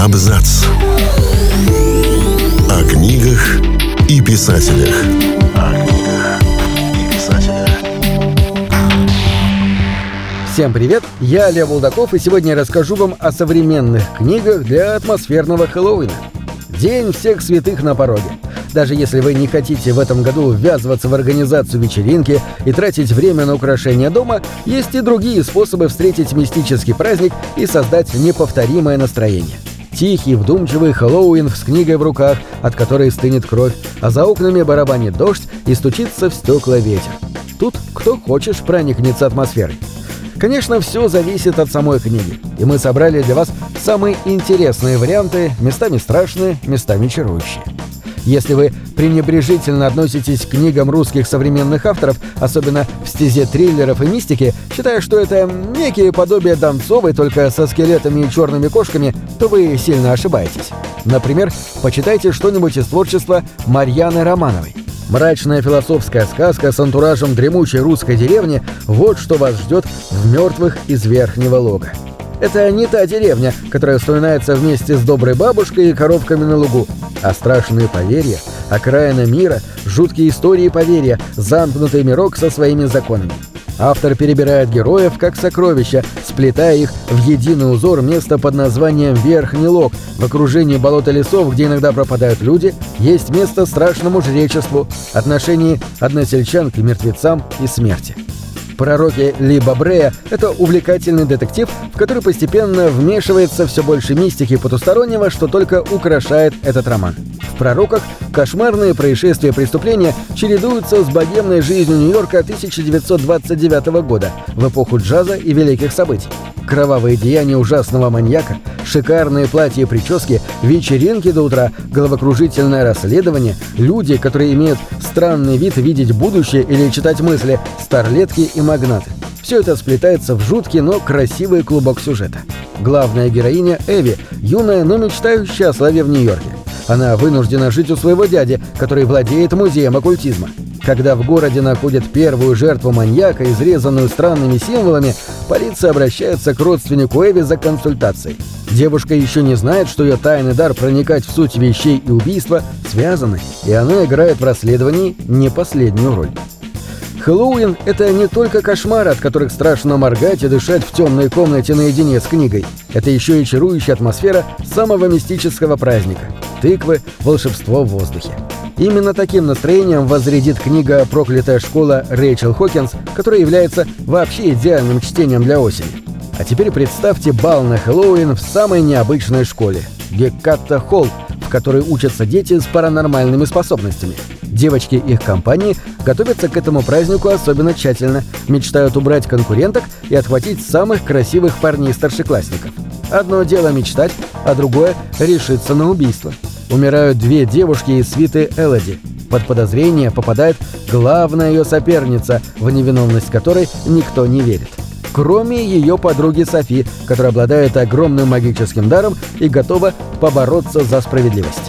Абзац. О книгах и писателях. Всем привет, я Лев Булдаков, и сегодня я расскажу вам о современных книгах для атмосферного Хэллоуина. День всех святых на пороге. Даже если вы не хотите в этом году ввязываться в организацию вечеринки и тратить время на украшение дома, есть и другие способы встретить мистический праздник и создать неповторимое настроение. Тихий, вдумчивый Хэллоуин с книгой в руках, от которой стынет кровь, а за окнами барабанит дождь и стучится в стекла ветер. Тут кто хочешь проникнется атмосферой. Конечно, все зависит от самой книги, и мы собрали для вас самые интересные варианты, местами страшные, местами чарующие. Если вы пренебрежительно относитесь к книгам русских современных авторов, особенно в стезе триллеров и мистики, считая, что это некие подобия Донцовой, только со скелетами и черными кошками, то вы сильно ошибаетесь. Например, почитайте что-нибудь из творчества Марьяны Романовой. Мрачная философская сказка с антуражем дремучей русской деревни – вот что вас ждет в «Мертвых из Верхнего Лога». Это не та деревня, которая вспоминается вместе с доброй бабушкой и коровками на лугу, а страшные поверья, окраина мира, жуткие истории поверья, замкнутый мирок со своими законами. Автор перебирает героев как сокровища, сплетая их в единый узор места под названием Верхний Лог. В окружении болота лесов, где иногда пропадают люди, есть место страшному жречеству, отношении односельчан к мертвецам и смерти. «Пророки Ли Бобрея» — это увлекательный детектив, в который постепенно вмешивается все больше мистики потустороннего, что только украшает этот роман. В «Пророках» кошмарные происшествия и преступления чередуются с богемной жизнью Нью-Йорка 1929 года, в эпоху джаза и великих событий. Кровавые деяния ужасного маньяка, шикарные платья и прически, вечеринки до утра, головокружительное расследование, люди, которые имеют странный вид видеть будущее или читать мысли, старлетки и магнаты. Все это сплетается в жуткий, но красивый клубок сюжета. Главная героиня Эви, юная, но мечтающая о славе в Нью-Йорке. Она вынуждена жить у своего дяди, который владеет музеем оккультизма. Когда в городе находят первую жертву маньяка, изрезанную странными символами, полиция обращается к родственнику Эви за консультацией. Девушка еще не знает, что ее тайный дар проникать в суть вещей и убийства связаны, и она играет в расследовании не последнюю роль. Хэллоуин — это не только кошмары, от которых страшно моргать и дышать в темной комнате наедине с книгой. Это еще и чарующая атмосфера самого мистического праздника — тыквы, волшебство в воздухе. Именно таким настроением возрядит книга «Проклятая школа» Рэйчел Хокинс, которая является вообще идеальным чтением для осени. А теперь представьте бал на Хэллоуин в самой необычной школе — Гекката Холл, в которой учатся дети с паранормальными способностями. Девочки их компании готовятся к этому празднику особенно тщательно, мечтают убрать конкуренток и отхватить самых красивых парней-старшеклассников. Одно дело мечтать, а другое — решиться на убийство. Умирают две девушки из свиты Элоди. Под подозрение попадает главная ее соперница, в невиновность которой никто не верит. Кроме ее подруги Софи, которая обладает огромным магическим даром и готова побороться за справедливость.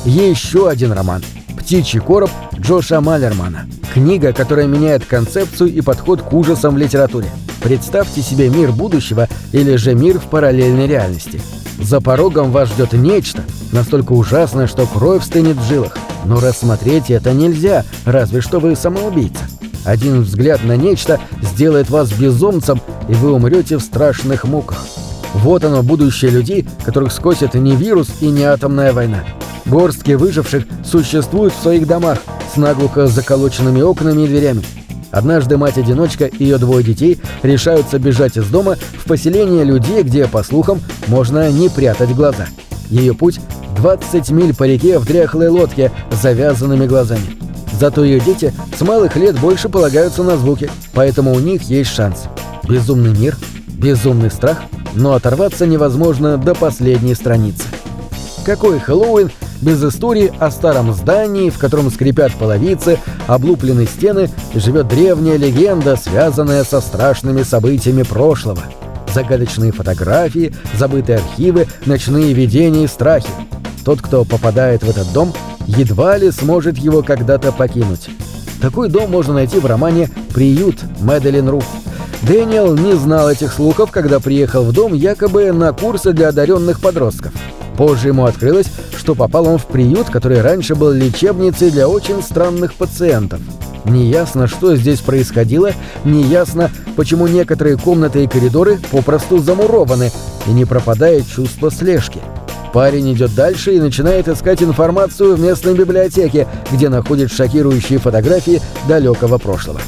Еще один роман «Птичий короб» Джоша Малермана. Книга, которая меняет концепцию и подход к ужасам в литературе. Представьте себе мир будущего или же мир в параллельной реальности. За порогом вас ждет нечто, настолько ужасное, что кровь стынет в жилах. Но рассмотреть это нельзя, разве что вы самоубийца. Один взгляд на нечто сделает вас безумцем, и вы умрете в страшных муках. Вот оно, будущее людей, которых скосит не вирус и не атомная война. Горстки выживших существуют в своих домах с наглухо заколоченными окнами и дверями. Однажды мать-одиночка и ее двое детей решаются бежать из дома в поселение людей, где, по слухам, можно не прятать глаза. Ее путь — 20 миль по реке в дряхлой лодке с завязанными глазами. Зато ее дети с малых лет больше полагаются на звуки, поэтому у них есть шанс. Безумный мир, безумный страх, но оторваться невозможно до последней страницы. Какой Хэллоуин без истории о старом здании, в котором скрипят половицы, облуплены стены и живет древняя легенда, связанная со страшными событиями прошлого? Загадочные фотографии, забытые архивы, ночные видения и страхи. Тот, кто попадает в этот дом, едва ли сможет его когда-то покинуть. Такой дом можно найти в романе «Приют» Мэдалин Руф. Дэниел не знал этих слухов, когда приехал в дом якобы на курсы для одаренных подростков. Позже ему открылось, что попал он в приют, который раньше был лечебницей для очень странных пациентов. Неясно, что здесь происходило, неясно, почему некоторые комнаты и коридоры попросту замурованы, и не пропадает чувство слежки. Парень идет дальше и начинает искать информацию в местной библиотеке, где находит шокирующие фотографии далекого прошлого.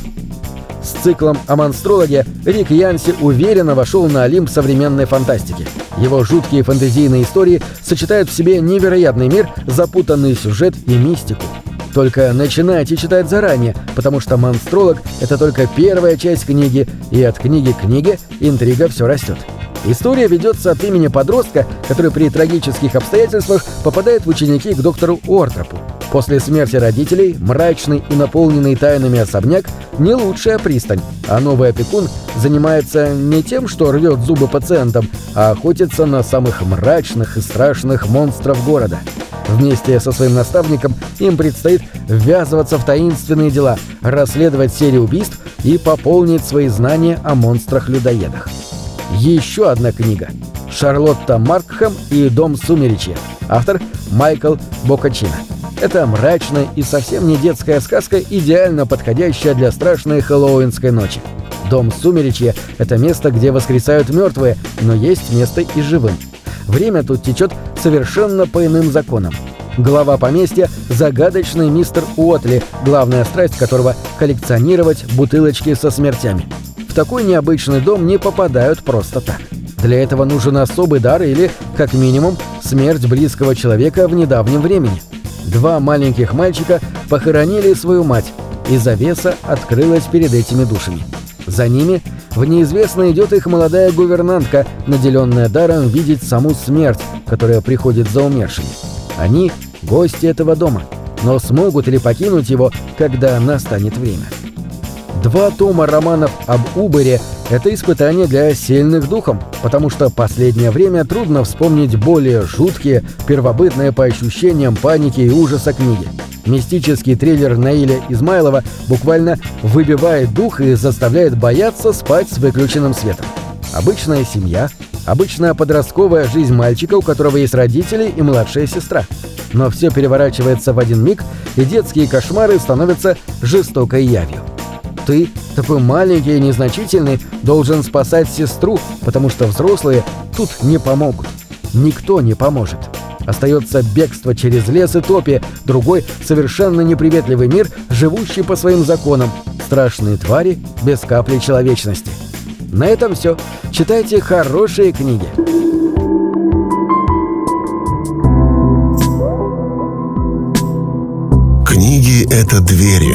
С циклом о монстрологе Рик Янси уверенно вошел на олимп современной фантастики. Его жуткие фэнтезийные истории сочетают в себе невероятный мир, запутанный сюжет и мистику. Только начинайте читать заранее, потому что «Монстролог» — это только первая часть книги, и от книги к книге интрига все растет. История ведется от имени подростка, который при трагических обстоятельствах попадает в ученики к доктору Уортропу. После смерти родителей мрачный и наполненный тайнами особняк — не лучшая пристань, а новый опекун занимается не тем, что рвет зубы пациентам, а охотится на самых мрачных и страшных монстров города. Вместе со своим наставником им предстоит ввязываться в таинственные дела, расследовать серию убийств и пополнить свои знания о монстрах-людоедах. Еще одна книга. Шарлотта Маркхэм и «Дом сумеречья». Автор Майкл Боккаччино. Это мрачная и совсем не детская сказка, идеально подходящая для страшной хэллоуинской ночи. Дом сумеречья — это место, где воскресают мертвые, но есть место и живым. Время тут течет совершенно по иным законам. Глава поместья — загадочный мистер Уотли, главная страсть которого — коллекционировать бутылочки со смертями. В такой необычный дом не попадают просто так. Для этого нужен особый дар или, как минимум, смерть близкого человека в недавнем времени. 2 маленьких мальчика похоронили свою мать, и завеса открылась перед этими душами. За ними в неизвестное идет их молодая гувернантка, наделенная даром видеть саму смерть, которая приходит за умершими. Они — гости этого дома, но смогут ли покинуть его, когда настанет время? 2 тома романов об Убере — это испытание для сильных духом, потому что последнее время трудно вспомнить более жуткие, первобытные по ощущениям паники и ужаса книги. Мистический триллер Наиля Измайлова буквально выбивает дух и заставляет бояться спать с выключенным светом. Обычная семья, обычная подростковая жизнь мальчика, у которого есть родители и младшая сестра. Но все переворачивается в один миг, и детские кошмары становятся жестокой явью. Ты, такой маленький и незначительный, должен спасать сестру, потому что взрослые тут не помогут. Никто не поможет. Остается бегство через лес и топи, другой совершенно неприветливый мир, живущий по своим законам, страшные твари без капли человечности. На этом все. Читайте хорошие книги. Книги — это двери,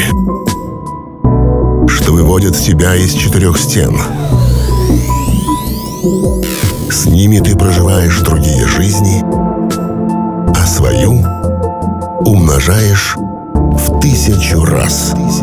что выводят тебя из 4 стен. С ними ты проживаешь другие жизни, а свою умножаешь в 1000 раз.